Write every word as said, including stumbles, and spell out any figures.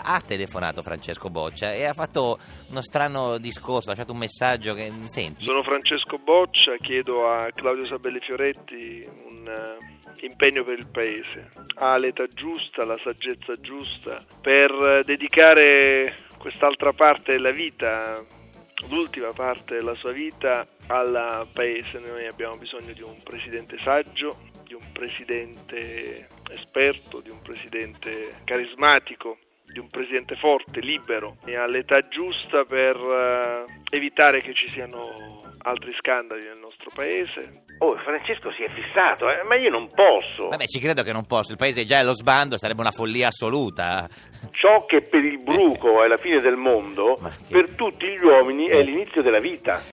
ha telefonato Francesco Boccia e ha fatto uno strano discorso, ha lasciato un messaggio che senti. Sono Francesco Boccia, chiedo a Claudio Sabelli Fioretti un uh, impegno per il Paese. Ha l'età giusta, la saggezza giusta per dedicare quest'altra parte della vita, l'ultima parte della sua vita, al Paese. Noi abbiamo bisogno di un presidente saggio, di un presidente esperto, di un presidente carismatico, di un presidente forte, libero e all'età giusta per uh, evitare che ci siano altri scandali nel nostro paese. Oh, Francesco si è fissato, eh? Ma io non posso. Vabbè, ci credo che non posso, il paese è già allo sbando, sarebbe una follia assoluta. Ciò che per il bruco è la fine del mondo, Ma che- per tutti gli uomini è l'inizio della vita.